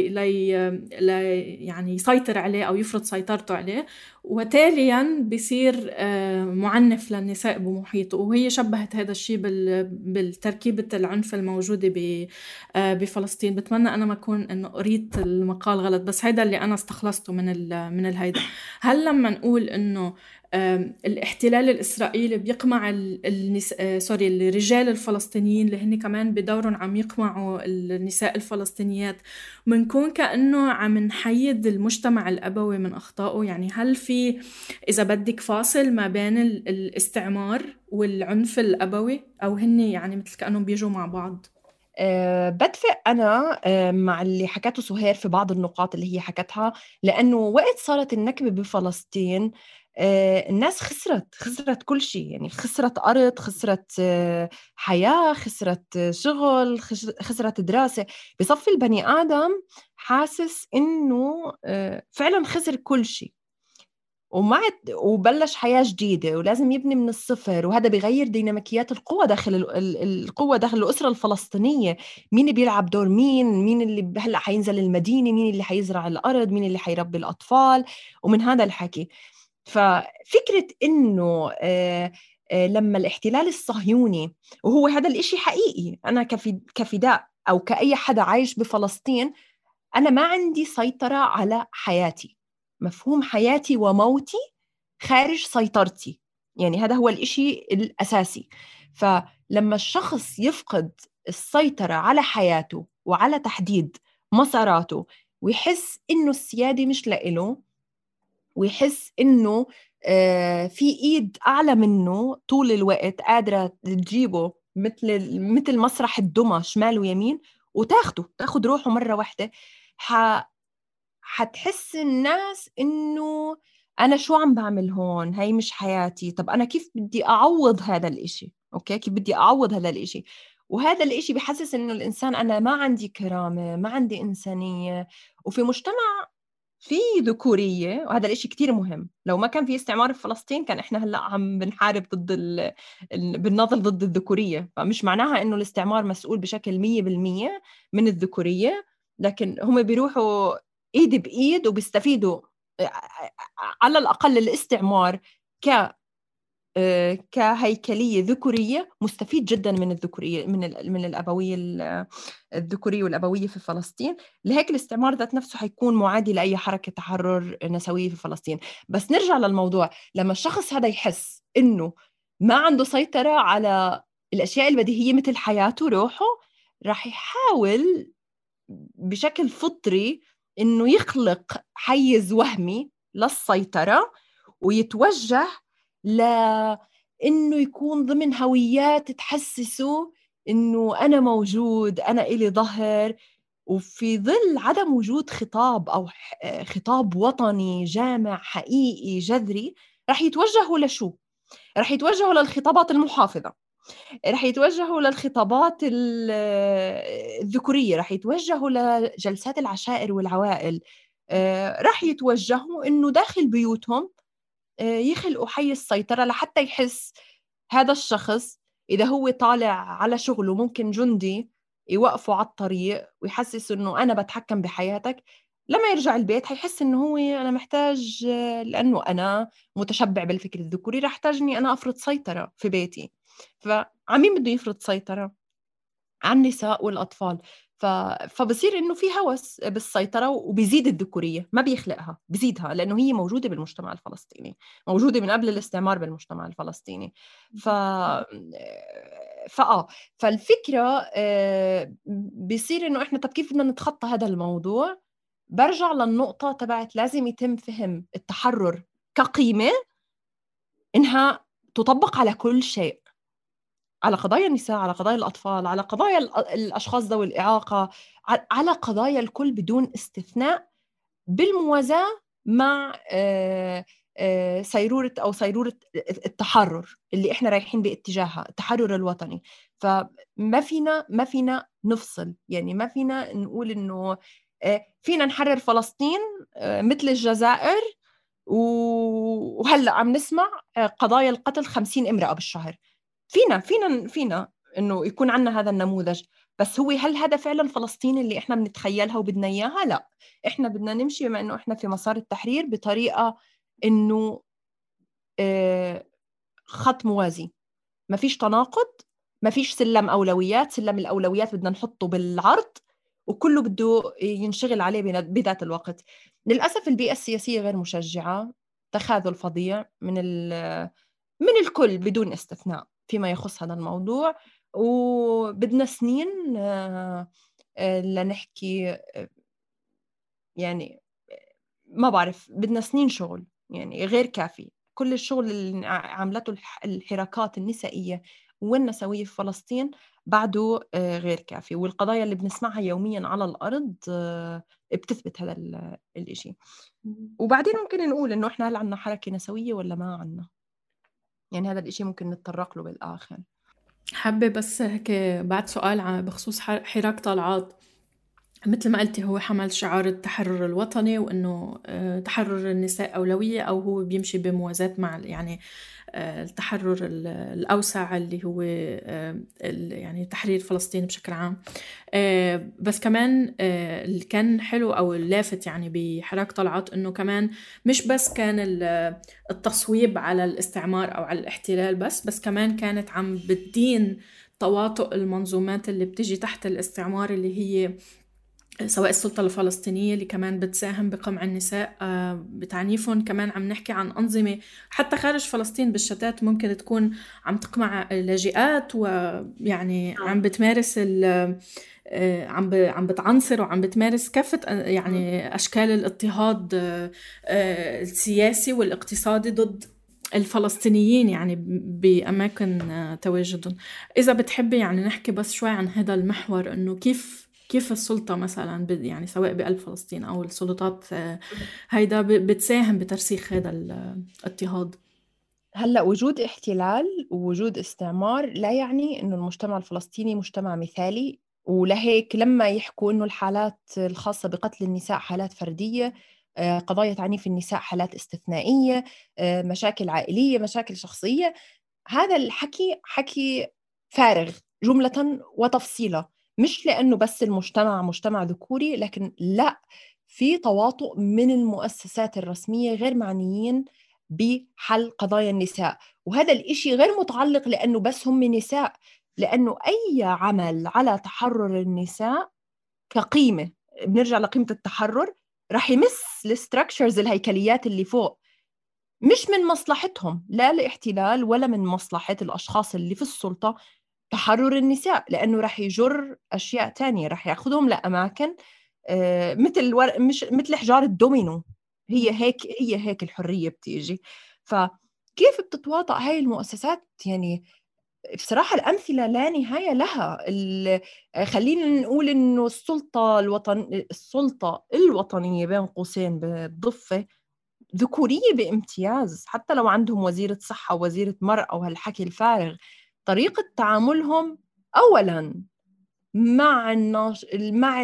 يعني يسيطر عليه أو يفرض سيطرته عليه، وتاليا بيصير معنف للنساء بمحيطه. وهي شبهت هذا الشيء بالتركيبة العنف الموجودة بفلسطين. بتمنى أنا ما أكون إنه قريت المقال غلط، بس هذا اللي أنا استخلصته من الهيدا. هل لما نقول إنه الاحتلال الإسرائيلي بيقمع الرجال الفلسطينيين اللي هن كمان بدورهم عم يقمعوا النساء الفلسطينيات، منكون كأنه عم نحيد المجتمع الأبوي من أخطائه؟ يعني هل في، إذا بدك، فاصل ما بين الاستعمار والعنف الأبوي، أو هن يعني مثل كأنهم بيجوا مع بعض؟ بدفق أنا مع اللي حكته سهير في بعض النقاط اللي هي حكتها، لأنه وقت صارت النكبة بفلسطين الناس خسرت كل شيء. يعني خسرت أرض، خسرت حياة، خسرت شغل، خسرت دراسة. بصفي البني آدم حاسس إنه فعلا خسر كل شيء، وبلش حياة جديدة ولازم يبني من الصفر. وهذا بيغير ديناميكيات القوة داخل القوة داخل الأسرة الفلسطينية. مين بيلعب دور مين اللي هلأ حينزل المدينة، مين اللي حيزرع الأرض، مين اللي حيربي الأطفال. ومن هذا الحكي ففكرة إنه لما الاحتلال الصهيوني، وهو هذا الإشي حقيقي، أنا كفداء أو كأي حدا عايش بفلسطين، أنا ما عندي سيطرة على حياتي، مفهوم حياتي وموتي خارج سيطرتي، يعني هذا هو الإشي الأساسي. فلما الشخص يفقد السيطرة على حياته وعلى تحديد مساراته، ويحس إنه السيادة مش لإله، ويحس إنه في إيد أعلى منه طول الوقت قادرة تجيبه مثل مسرح الدمى شمال ويمين تاخد روحه مرة واحدة، حتحس الناس إنه أنا شو عم بعمل هون؟ هاي مش حياتي. طب أنا كيف بدي أعوض هذا الإشي؟ أوكي، كيف بدي أعوض هذا الإشي؟ وهذا الإشي بحسس إنه الإنسان أنا ما عندي كرامة، ما عندي إنسانية. وفي مجتمع في ذكورية، وهذا الإشي كتير مهم. لو ما كان في استعمار في فلسطين كان إحنا هلأ عم بنحارب ضد بنناضل ضد الذكورية. فمش معناها إنه الاستعمار مسؤول بشكل 100% من الذكورية، لكن هم بيروحوا إيد بإيد وبيستفيدوا على الأقل الاستعمار كهيكلية ذكورية مستفيد جدا من الذكورية، من الأبوية الذكورية والأبوية في فلسطين. لهيك الاستعمار ذات نفسه حيكون معادي لأي حركة تحرر نسوية في فلسطين. بس نرجع للموضوع، لما الشخص هذا يحس إنه ما عنده سيطرة على الأشياء البديهية مثل حياته، روحه، راح يحاول بشكل فطري إنه يخلق حيز وهمي للسيطرة، ويتوجه لإنه يكون ضمن هويات تحسسه إنه أنا موجود، أنا إلي ظهر. وفي ظل عدم وجود خطاب أو خطاب وطني جامع حقيقي جذري، رح يتوجهوا لشو؟ رح يتوجهوا للخطابات المحافظة، رح يتوجهوا للخطابات الذكورية، رح يتوجهوا لجلسات العشائر والعوائل، رح يتوجهوا إنه داخل بيوتهم يخلقوا حي السيطرة لحتى يحس هذا الشخص إذا هو طالع على شغله ممكن جندي يوقفوا على الطريق ويحسس إنه أنا بتحكم بحياتك. لما يرجع البيت حيحس إنه هو أنا محتاج، لأنه أنا متشبع بالفكر الذكوري، رح أحتاج إني أنا أفرض سيطرة في بيتي. فعمين بده يفرض سيطرة على النساء والأطفال. فبصير إنه في هوس بالسيطرة، وبيزيد الذكورية، ما بيخلقها، بيزيدها، لأنه هي موجودة بالمجتمع الفلسطيني، موجودة من قبل الاستعمار بالمجتمع الفلسطيني. ف فآه فالفكرة بيصير إنه إحنا طب كيف بدنا نتخطى هذا الموضوع؟ برجع للنقطة تبعت لازم يتم فهم التحرر كقيمة، إنها تطبق على كل شيء، على قضايا النساء، على قضايا الأطفال، على قضايا الأشخاص ذوي الإعاقة، على قضايا الكل بدون استثناء، بالموازاة مع صيرورة التحرر اللي إحنا رايحين باتجاهها، التحرر الوطني. ما فينا نفصل، يعني ما فينا نقول إنه فينا نحرر فلسطين مثل الجزائر، وهلأ عم نسمع قضايا القتل 50 امرأة بالشهر. فينا انه يكون عندنا هذا النموذج، بس هل هذا فعلا فلسطين اللي احنا بنتخيلها وبدنا اياها؟ لا، احنا بدنا نمشي بما انه احنا في مسار التحرير بطريقة انه خط موازي، ما فيش تناقض، ما فيش سلم أولويات. سلم الأولويات بدنا نحطه بالعرض، وكله بده ينشغل عليه بذات الوقت. للأسف البيئة السياسية غير مشجعة، تخاذل فظيع من الكل بدون استثناء فيما يخص هذا الموضوع. وبدنا سنين لنحكي، يعني ما بعرف، بدنا سنين شغل يعني غير كافي. كل الشغل اللي عملته الحراكات النسائية والنسوية في فلسطين بعده غير كافي، والقضايا اللي بنسمعها يوميا على الأرض بتثبت هذا الإشي. وبعدين ممكن نقول إنه إحنا هل عنا حركة نسوية ولا ما عنا؟ يعني هذا الإشي ممكن نتطرق له بالآخر. حابة بس هيك بعد سؤال بخصوص حراك طلعات. مثل ما قلتي هو حمل شعار التحرر الوطني، وإنه تحرر النساء أولوية، أو هو بيمشي بموازاة مع يعني التحرر الأوسع اللي هو يعني تحرير فلسطين بشكل عام. بس كمان اللي كان حلو أو اللافت يعني بحراك طلعت إنه كمان مش بس كان التصويب على الاستعمار أو على الاحتلال بس كمان كانت عم بتدين تواطؤ المنظومات اللي بتجي تحت الاستعمار، اللي هي سواء السلطة الفلسطينية اللي كمان بتساهم بقمع النساء بتعنيفهم. كمان عم نحكي عن أنظمة حتى خارج فلسطين بالشتات ممكن تكون عم تقمع لاجئات، ويعني عم بتمارس عم بتعنصر وعم بتمارس كافة يعني أشكال الاضطهاد السياسي والاقتصادي ضد الفلسطينيين يعني بأماكن تواجدهم. إذا بتحبي يعني نحكي بس شوي عن هذا المحور، إنه كيف السلطة مثلا يعني سواء بقلب فلسطين أو السلطات هيدا بتساهم بترسيخ هذا الاضطهاد. هلأ وجود احتلال ووجود استعمار لا يعني إنه المجتمع الفلسطيني مجتمع مثالي، ولهيك لما يحكوا إنه الحالات الخاصة بقتل النساء حالات فردية، قضايا تعنيف النساء حالات استثنائية، مشاكل عائلية، مشاكل شخصية، هذا الحكي حكي فارغ جملة وتفصيلا. مش لأنه بس المجتمع مجتمع ذكوري، لكن لا، في تواطؤ من المؤسسات الرسمية غير معنيين بحل قضايا النساء. وهذا الإشي غير متعلق لأنه بس هم نساء، لأنه أي عمل على تحرر النساء كقيمة، بنرجع لقيمة التحرر، رح يمس الستركتشرز الهيكليات اللي فوق. مش من مصلحتهم لا الاحتلال ولا من مصلحة الأشخاص اللي في السلطة تحرر النساء، لأنه رح يجر أشياء تانية، رح يأخذهم لأماكن مثل مش مثل حجار الدومينو. هي هيك الحرية بتيجي. فكيف بتتواطأ هاي المؤسسات؟ يعني بصراحة الأمثلة لا نهاية لها. خلينا نقول إنه السلطة الوطنية بين قوسين بالضفة ذكورية بامتياز، حتى لو عندهم وزيرة صحة ووزيرة مرأة وهالحكي الفارغ. طريقة تعاملهم أولاً مع مع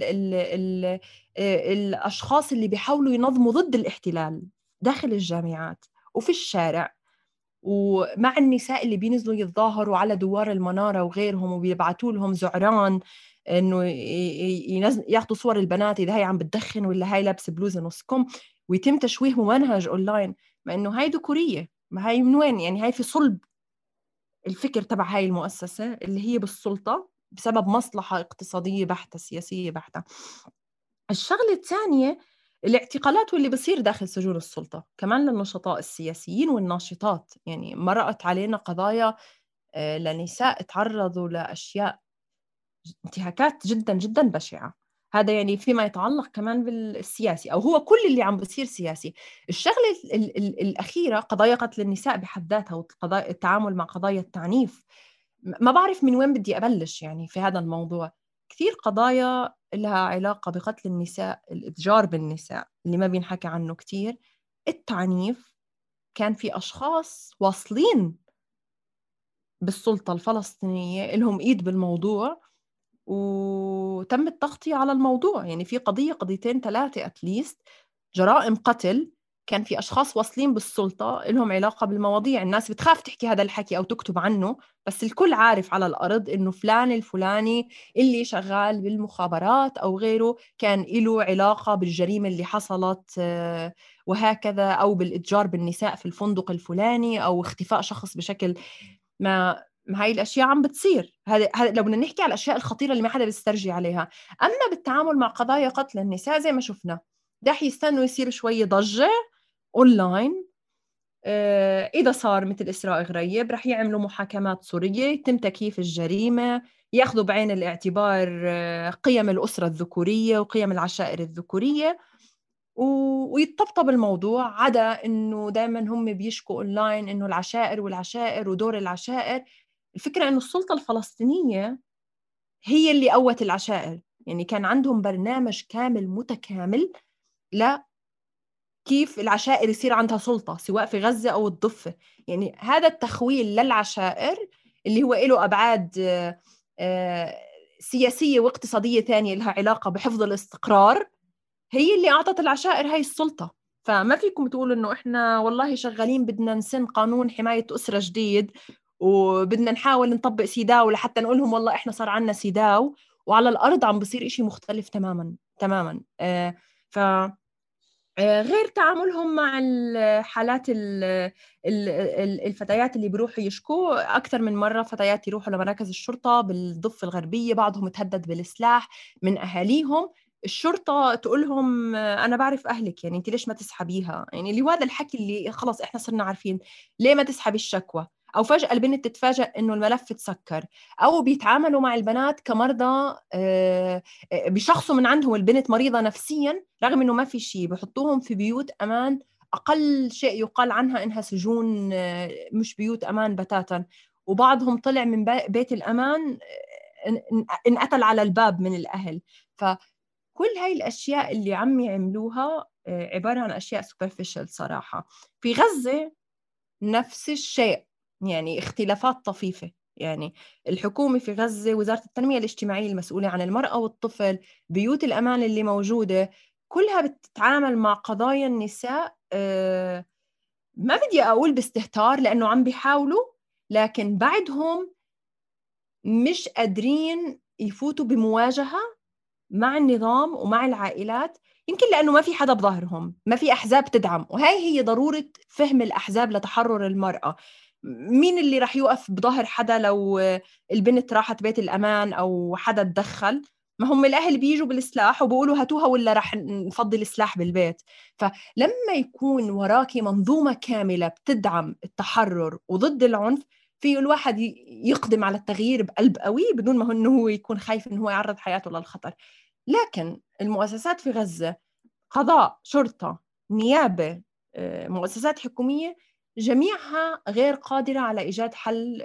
الأشخاص اللي بيحاولوا ينظموا ضد الاحتلال داخل الجامعات وفي الشارع، ومع النساء اللي بينزلوا يتظاهروا على دوار المنارة وغيرهم وبيبعتوا لهم زعران انه ياخذوا صور البنات اذا هي عم بتدخن ولا هاي لابسه بلوزه نص كم، ويتم تشويه ممنهج اونلاين. مع انه هاي ذكوريه، ما هاي من وين؟ يعني هاي في صلب الفكر تبع هاي المؤسسه اللي هي بالسلطه بسبب مصلحه اقتصاديه بحته، سياسيه بحته. الشغله الثانيه الاعتقالات واللي بصير داخل سجون السلطة كمان للنشطاء السياسيين والناشطات. يعني مرقت علينا قضايا لنساء تعرضوا لأشياء انتهاكات جدا جدا بشعة. هذا يعني فيما يتعلق كمان بالسياسي، أو هو كل اللي عم بصير سياسي. الشغلة الأخيرة قضايا قتل النساء بحد ذاتها وقضايا التعامل مع قضايا التعنيف. ما بعرف من وين بدي أبلش يعني في هذا الموضوع. كثير قضايا لها علاقة بقتل النساء، الإتجار بالنساء اللي ما بينحكى عنه كثير، التعنيف. كان في أشخاص واصلين بالسلطة الفلسطينية لهم إيد بالموضوع وتم التغطية على الموضوع. يعني في قضية قضيتين ثلاثة أتليست جرائم قتل كان في أشخاص واصلين بالسلطة لهم علاقة بالمواضيع. الناس بتخاف تحكي هذا الحكي أو تكتب عنه، بس الكل عارف على الأرض إنه فلان الفلاني اللي شغال بالمخابرات أو غيره كان له علاقة بالجريمة اللي حصلت وهكذا، أو بالإتجار بالنساء في الفندق الفلاني، أو اختفاء شخص بشكل ما هاي الأشياء عم بتصير. هذا لو بدنا نحكي على الأشياء الخطيرة اللي ما حدا بيسترجي عليها. أما بالتعامل مع قضايا قتل النساء زي ما شفنا، رح يستنوا يصير شوية ضجة أونلاين. إذا صار مثل إسراء غريب رح يعملوا محاكمات سورية، يتم تكييف الجريمة، ياخذوا بعين الاعتبار قيم الأسرة الذكورية وقيم العشائر الذكورية، ويتطبطب الموضوع. عدا إنه دائما هم بيشكوا أونلاين إنه العشائر والعشائر ودور العشائر. الفكرة إنه السلطة الفلسطينية هي اللي قوت العشائر. يعني كان عندهم برنامج كامل متكامل لكيف العشائر يصير عندها سلطة سواء في غزة أو الضفة. يعني هذا التخويل للعشائر اللي هو له أبعاد سياسية واقتصادية ثانية لها علاقة بحفظ الاستقرار هي اللي أعطت العشائر هاي السلطة. فما فيكم تقولوا إنه إحنا والله شغالين بدنا نسن قانون حماية أسرة جديد وبدنا نحاول نطبق سيداو لحتى نقولهم والله إحنا صار عنا سيداو، وعلى الأرض عم بصير إشي مختلف تماماً تماماً. غير تعاملهم مع الحالات الفتيات اللي بيروحوا يشكوا أكثر من مرة. فتيات يروحوا لمراكز الشرطة بالضفة الغربية، بعضهم تهدد بالسلاح من أهاليهم. الشرطة تقولهم أنا بعرف أهلك، يعني أنت ليش ما تسحبيها؟ يعني اللي هذا الحكي اللي خلص إحنا صرنا عارفين، ليه ما تسحبي الشكوى؟ أو فجأة البنت تتفاجأ إنه الملف تسكر. أو بيتعاملوا مع البنات كمرضى، بشخصوا من عندهم البنت مريضة نفسياً رغم إنه ما في شيء، بحطوهم في بيوت أمان أقل شيء يقال عنها إنها سجون، مش بيوت أمان بتاتا. وبعضهم طلع من بيت الأمان انقتل على الباب من الأهل. فكل هاي الأشياء اللي عم يعملوها عبارة عن أشياء superficial صراحة. في غزة نفس الشيء، يعني اختلافات طفيفة. يعني الحكومة في غزة، وزارة التنمية الاجتماعية المسؤولة عن المرأة والطفل، بيوت الأمان اللي موجودة، كلها بتتعامل مع قضايا النساء ما بدي أقول باستهتار لأنه عم بيحاولوا، لكن بعدهم مش قادرين يفوتوا بمواجهة مع النظام ومع العائلات. يمكن لأنه ما في حدا بظهرهم، ما في أحزاب تدعم. وهي هي ضرورة فهم الأحزاب لتحرر المرأة. مين اللي رح يوقف بظهر حدا لو البنت راحت بيت الأمان أو حدا تدخل؟ ما هم الأهل بيجوا بالسلاح وبيقولوا هاتوها ولا رح نفضي السلاح بالبيت. فلما يكون وراكي منظومة كاملة بتدعم التحرر وضد العنف، فيه الواحد يقدم على التغيير بقلب قوي بدون ما إنه هو يكون خايف إنه هو يعرض حياته للخطر. لكن المؤسسات في غزة، قضاء، شرطة، نيابة، مؤسسات حكومية، جميعها غير قادرة على إيجاد حل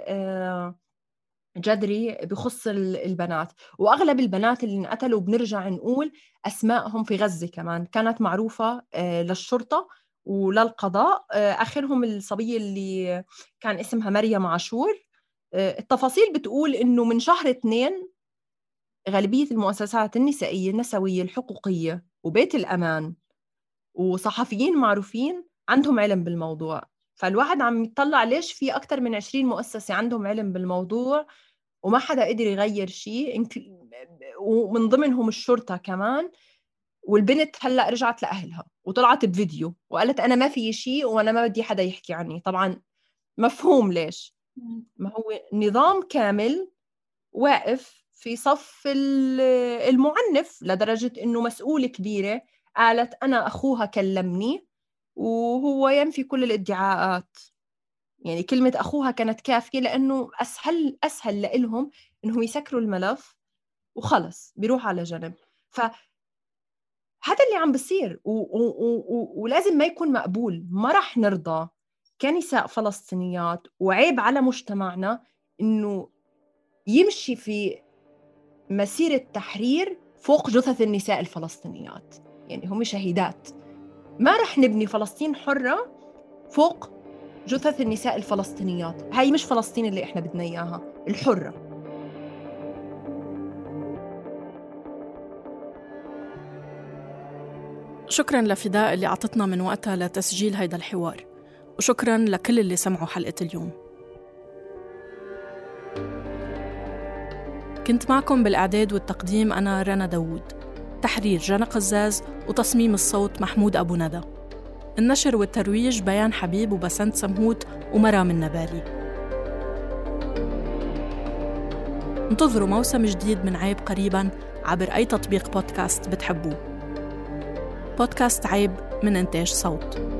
جذري بخص البنات. وأغلب البنات اللي انقتلوا بنرجع نقول أسمائهم في غزة كمان كانت معروفة للشرطة وللقضاء. آخرهم الصبية اللي كان اسمها مريم عاشور. التفاصيل بتقول إنه من شهر 2 غالبية المؤسسات النسائية النسوية الحقوقية وبيت الأمان وصحفيين معروفين عندهم علم بالموضوع. فالواحد عم يطلع ليش في أكتر من 20 مؤسسة عندهم علم بالموضوع وما حدا قدر يغير شيء، ومن ضمنهم الشرطة كمان. والبنت هلأ رجعت لأهلها وطلعت بفيديو وقالت أنا ما في شيء وأنا ما بدي حدا يحكي عني. طبعا مفهوم ليش. ما هو نظام كامل واقف في صف المعنف لدرجة إنه مسؤولة كبيرة قالت أنا أخوها كلمني وهو ينفي كل الادعاءات. يعني كلمة أخوها كانت كافية لأنه أسهل لإلهم إنهم يسكروا الملف وخلص بيروح على جنب. فهذا اللي عم بصير ولازم ما يكون مقبول. ما رح نرضى كنساء فلسطينيات، وعيب على مجتمعنا إنه يمشي في مسيرة تحرير فوق جثث النساء الفلسطينيات. يعني هم شهيدات. ما رح نبني فلسطين حرة فوق جثث النساء الفلسطينيات. هاي مش فلسطين اللي احنا بدنا اياها، الحرة. شكراً لفداء اللي أعطتنا من وقتها لتسجيل هيدا الحوار، وشكراً لكل اللي سمعوا حلقة اليوم. كنت معكم بالإعداد والتقديم أنا رنا داوود، تحرير جنى قزاز، وتصميم الصوت محمود أبو ندى. النشر والترويج بيان حبيب وبسنت سمهوت ومرام النبالي. انتظروا موسم جديد من عيب قريباً عبر أي تطبيق بودكاست بتحبوه. بودكاست عيب من إنتاج صوت.